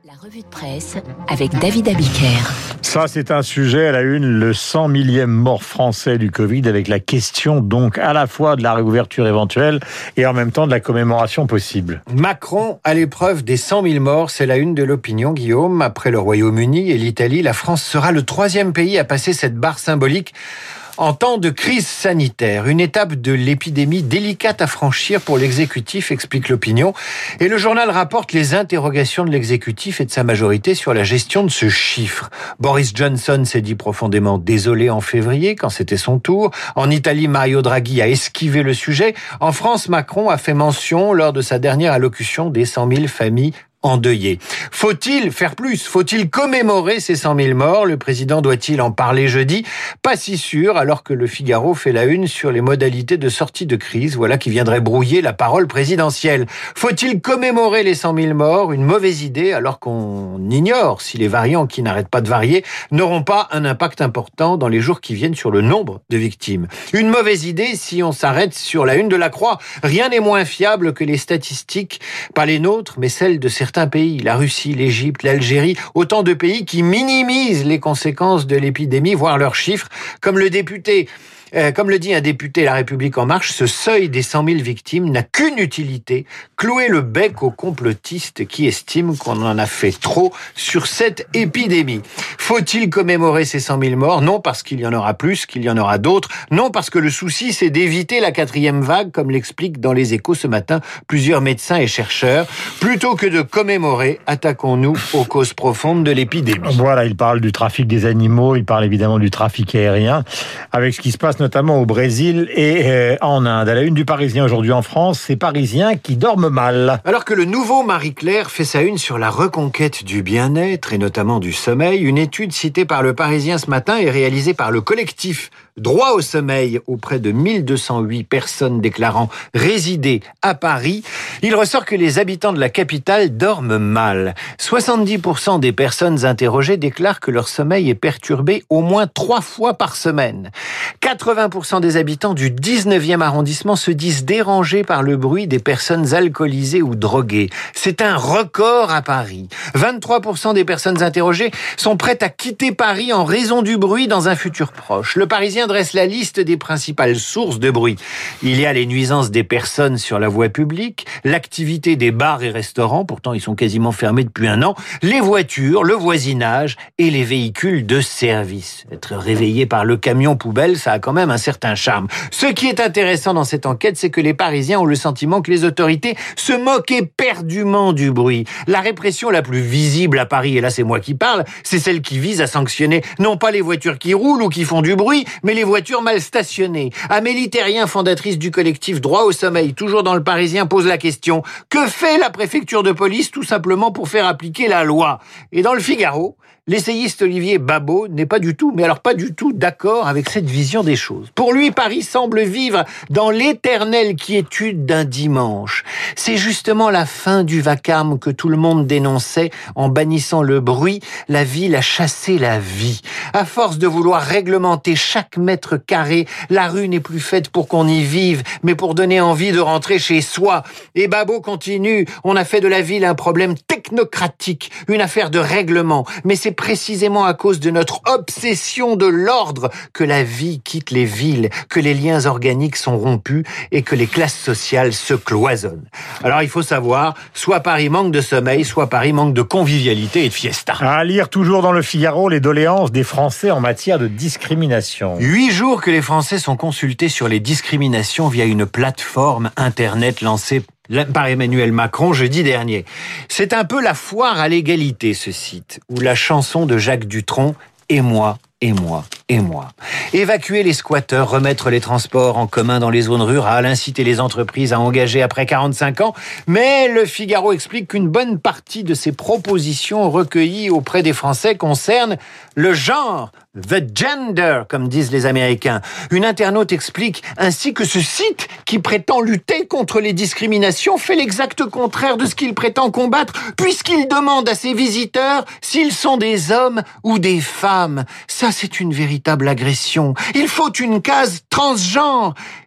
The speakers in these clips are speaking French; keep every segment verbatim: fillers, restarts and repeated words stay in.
La revue de presse avec David Abiker. Ça, c'est un sujet à la une, le cent millième mort français du Covid, avec la question donc à la fois de la réouverture éventuelle et en même temps de la commémoration possible. Macron à l'épreuve des cent mille morts, c'est la une de l'opinion, Guillaume. Après le Royaume-Uni et l'Italie, la France sera le troisième pays à passer cette barre symbolique en temps de crise sanitaire. Une étape de l'épidémie délicate à franchir pour l'exécutif, explique l'opinion. Et le journal rapporte les interrogations de l'exécutif et de sa majorité sur la gestion de ce chiffre. Boris Johnson s'est dit profondément désolé en février, quand c'était son tour. En Italie, Mario Draghi a esquivé le sujet. En France, Macron a fait mention, lors de sa dernière allocution, des cent mille familles endeuillé. Faut-il faire plus ? Faut-il commémorer ces cent mille morts ? Le président doit-il en parler jeudi ? Pas si sûr, alors que le Figaro fait la une sur les modalités de sortie de crise. Voilà qui viendrait brouiller la parole présidentielle. Faut-il commémorer les cent mille morts ? Une mauvaise idée, alors qu'on ignore si les variants qui n'arrêtent pas de varier n'auront pas un impact important dans les jours qui viennent sur le nombre de victimes. Une mauvaise idée si on s'arrête sur la une de la Croix. Rien n'est moins fiable que les statistiques, pas les nôtres, mais celles de certains pays, la Russie, l'Égypte, l'Algérie, autant de pays qui minimisent les conséquences de l'épidémie, voire leurs chiffres, comme le député. Euh, comme le dit un député La République En Marche, ce seuil des cent mille victimes n'a qu'une utilité, clouer le bec aux complotistes qui estiment qu'on en a fait trop sur cette épidémie. Faut-il commémorer ces cent mille morts ? Non, parce qu'il y en aura plus, qu'il y en aura d'autres. Non, parce que le souci, c'est d'éviter la quatrième vague, comme l'expliquent dans Les Échos ce matin plusieurs médecins et chercheurs. Plutôt que de commémorer, attaquons-nous aux causes profondes de l'épidémie. Voilà, il parle du trafic des animaux, il parle évidemment du trafic aérien, avec ce qui se passe notamment au Brésil et euh, en Inde. À la une du Parisien aujourd'hui en France, ces Parisiens qui dorment mal. Alors que le nouveau Marie-Claire fait sa une sur la reconquête du bien-être et notamment du sommeil, une étude citée par le Parisien ce matin est réalisée par le collectif Droit au sommeil auprès de mille deux cent huit personnes déclarant résider à Paris. Il ressort que les habitants de la capitale dorment mal. soixante-dix pour cent des personnes interrogées déclarent que leur sommeil est perturbé au moins trois fois par semaine. quatre-vingts pour cent des habitants du dix-neuvième arrondissement se disent dérangés par le bruit des personnes alcoolisées ou droguées. C'est un record à Paris. vingt-trois pour cent des personnes interrogées sont prêtes à quitter Paris en raison du bruit dans un futur proche. Le Parisien dresse la liste des principales sources de bruit. Il y a les nuisances des personnes sur la voie publique, l'activité des bars et restaurants, pourtant ils sont quasiment fermés depuis un an, les voitures, le voisinage et les véhicules de service. Être réveillé par le camion poubelle, ça a quand même un certain charme. Ce qui est intéressant dans cette enquête, c'est que les Parisiens ont le sentiment que les autorités se moquent éperdument du bruit. La répression la plus visible à Paris, et là c'est moi qui parle, c'est celle qui vise à sanctionner non pas les voitures qui roulent ou qui font du bruit, mais les voitures mal stationnées. Amélie Terrien, fondatrice du collectif Droit au sommeil, toujours dans le Parisien, pose la question: que fait la préfecture de police tout simplement pour faire appliquer la loi ? Et dans le Figaro, l'essayiste Olivier Babot n'est pas du tout, mais alors pas du tout d'accord avec cette vision des choses. Pour lui, Paris semble vivre dans l'éternelle quiétude d'un dimanche. C'est justement la fin du vacarme que tout le monde dénonçait en bannissant le bruit. La ville a chassé la vie. À force de vouloir réglementer chaque mètre carré, la rue n'est plus faite pour qu'on y vive, mais pour donner envie de rentrer chez soi. Et Babot continue: on a fait de la ville un problème technocratique, une affaire de règlement, mais c'est précisément à cause de notre obsession de l'ordre que la vie quitte les villes, que les liens organiques sont rompus et que les classes sociales se cloisonnent. Alors il faut savoir, soit Paris manque de sommeil, soit Paris manque de convivialité et de fiesta. À lire toujours dans le Figaro les doléances des Français en matière de discrimination. Huit jours que les Français sont consultés sur les discriminations via une plateforme internet lancée par Emmanuel Macron jeudi dernier. C'est un peu la foire à l'égalité, ce site, où la chanson de Jacques Dutronc « Et moi, et moi, et moi ». Évacuer les squatteurs, remettre les transports en commun dans les zones rurales, inciter les entreprises à engager après quarante-cinq ans. Mais le Figaro explique qu'une bonne partie de ces propositions recueillies auprès des Français concernent le genre, the gender, comme disent les Américains. Une internaute explique ainsi que ce site, qui prétend lutter contre les discriminations, fait l'exact contraire de ce qu'il prétend combattre, puisqu'il demande à ses visiteurs s'ils sont des hommes ou des femmes. Ça, c'est une véritable agression. Il faut une case transgenre.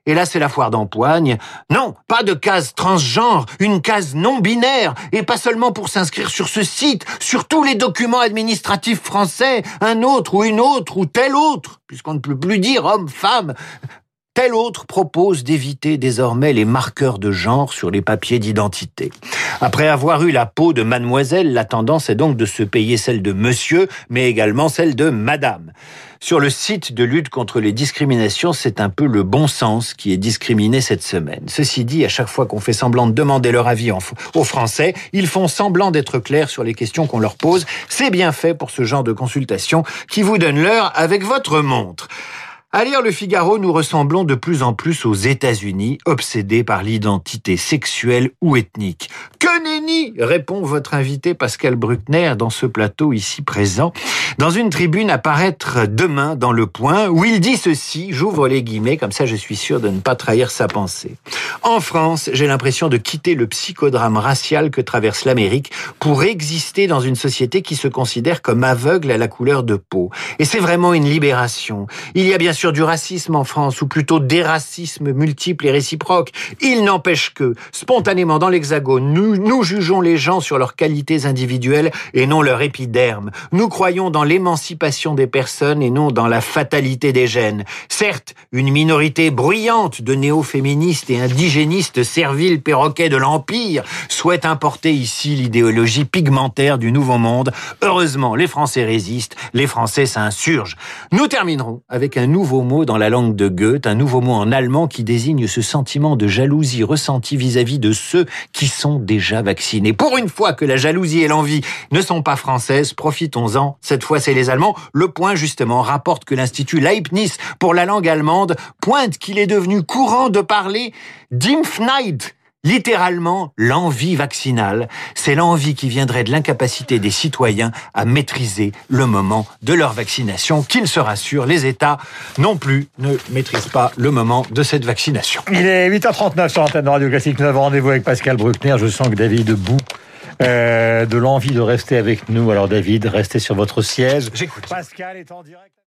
Et là, c'est la foire d'empoigne. Non, pas de case transgenre, une case non binaire. Et pas seulement pour s'inscrire sur ce site, sur tous les documents administratifs français, un autre ou une autre ou tel autre, puisqu'on ne peut plus dire homme, femme. Tel autre propose d'éviter désormais les marqueurs de genre sur les papiers d'identité. Après avoir eu la peau de mademoiselle, la tendance est donc de se payer celle de monsieur, mais également celle de madame. Sur le site de lutte contre les discriminations, c'est un peu le bon sens qui est discriminé cette semaine. Ceci dit, à chaque fois qu'on fait semblant de demander leur avis aux Français, ils font semblant d'être clairs sur les questions qu'on leur pose. C'est bien fait pour ce genre de consultation qui vous donne l'heure avec votre montre. À lire Le Figaro, nous ressemblons de plus en plus aux États-Unis, obsédés par l'identité sexuelle ou ethnique. Que nenni, répond votre invité Pascal Bruckner dans ce plateau ici présent, dans une tribune à paraître demain dans Le Point, où il dit ceci, j'ouvre les guillemets, comme ça je suis sûr de ne pas trahir sa pensée. En France, j'ai l'impression de quitter le psychodrame racial que traverse l'Amérique pour exister dans une société qui se considère comme aveugle à la couleur de peau. Et c'est vraiment une libération. Il y a bien sûr du racisme en France, ou plutôt des racismes multiples et réciproques. Il n'empêche que, spontanément dans l'Hexagone, nous, nous jugeons les gens sur leurs qualités individuelles et non leur épiderme. Nous croyons dans l'émancipation des personnes et non dans la fatalité des gènes. Certes, une minorité bruyante de néo-féministes et indigénistes serviles perroquets de l'Empire souhaite importer ici l'idéologie pigmentaire du Nouveau Monde. Heureusement, les Français résistent, les Français s'insurgent. Nous terminerons avec un nouveau mot dans la langue de Goethe, un nouveau mot en allemand qui désigne ce sentiment de jalousie ressenti vis-à-vis de ceux qui sont déjà vaccinés. Pour une fois que la jalousie et l'envie ne sont pas françaises, profitons-en. Cette fois, c'est les Allemands. Le Point, justement, rapporte que l'Institut Leibniz pour la langue allemande pointe qu'il est devenu courant de parler d'Impfneid. Littéralement, l'envie vaccinale, c'est l'envie qui viendrait de l'incapacité des citoyens à maîtriser le moment de leur vaccination. Qu'ils se rassurent, les États non plus ne maîtrisent pas le moment de cette vaccination. Il est huit heures trente-neuf sur l'antenne de Radio Classique. Nous avons rendez-vous avec Pascal Bruckner. Je sens que David est debout. Euh, de l'envie de rester avec nous. Alors David, restez sur votre siège. J'écoute. Pascal est en direct.